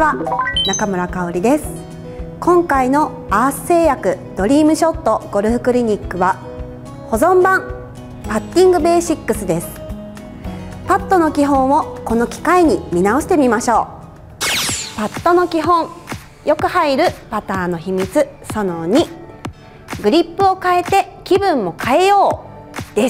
は、中村香織です。今回のアース製薬ドリームショットゴルフクリニックは保存版パッティングベーシックスです。パットの基本をこの機会に見直してみましょう。パットの基本、よく入るパターの秘密その2、グリップを変えて気分も変えようです。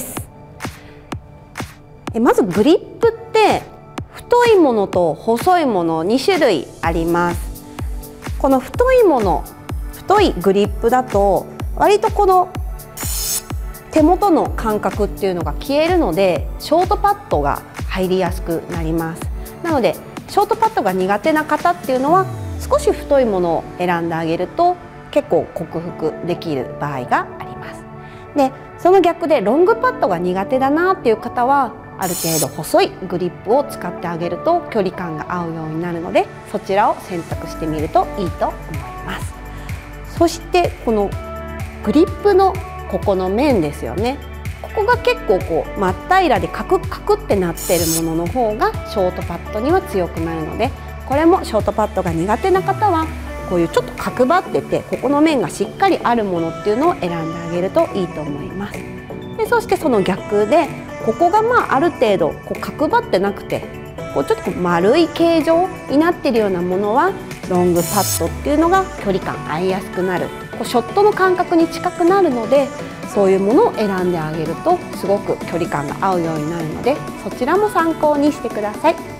まずグリップって太いものと細いもの2種類あります。この太いもの、太いグリップだと割とこの手元の感覚っていうのが消えるのでショートパットが入りやすくなります。なのでショートパットが苦手な方っていうのは少し太いものを選んであげると結構克服できる場合があります。で、その逆でロングパットが苦手だなっていう方はある程度細いグリップを使ってあげると距離感が合うようになるのでそちらを選択してみるといいと思います。そしてこのグリップのここの面ですよね。ここが結構こう真っ平らでカクカクってなってるものの方がショートパットには強くなるので、これもショートパットが苦手な方はこういうちょっと角張っててここの面がしっかりあるものっていうのを選んであげるといいと思います。で、そしてその逆でここがある程度こう角張ってなくてこうちょっと丸い形状になっているようなものはロングパットっていうのが距離感合いやすくなる、こうショットの感覚に近くなるのでそういうものを選んであげるとすごく距離感が合うようになるのでそちらも参考にしてください。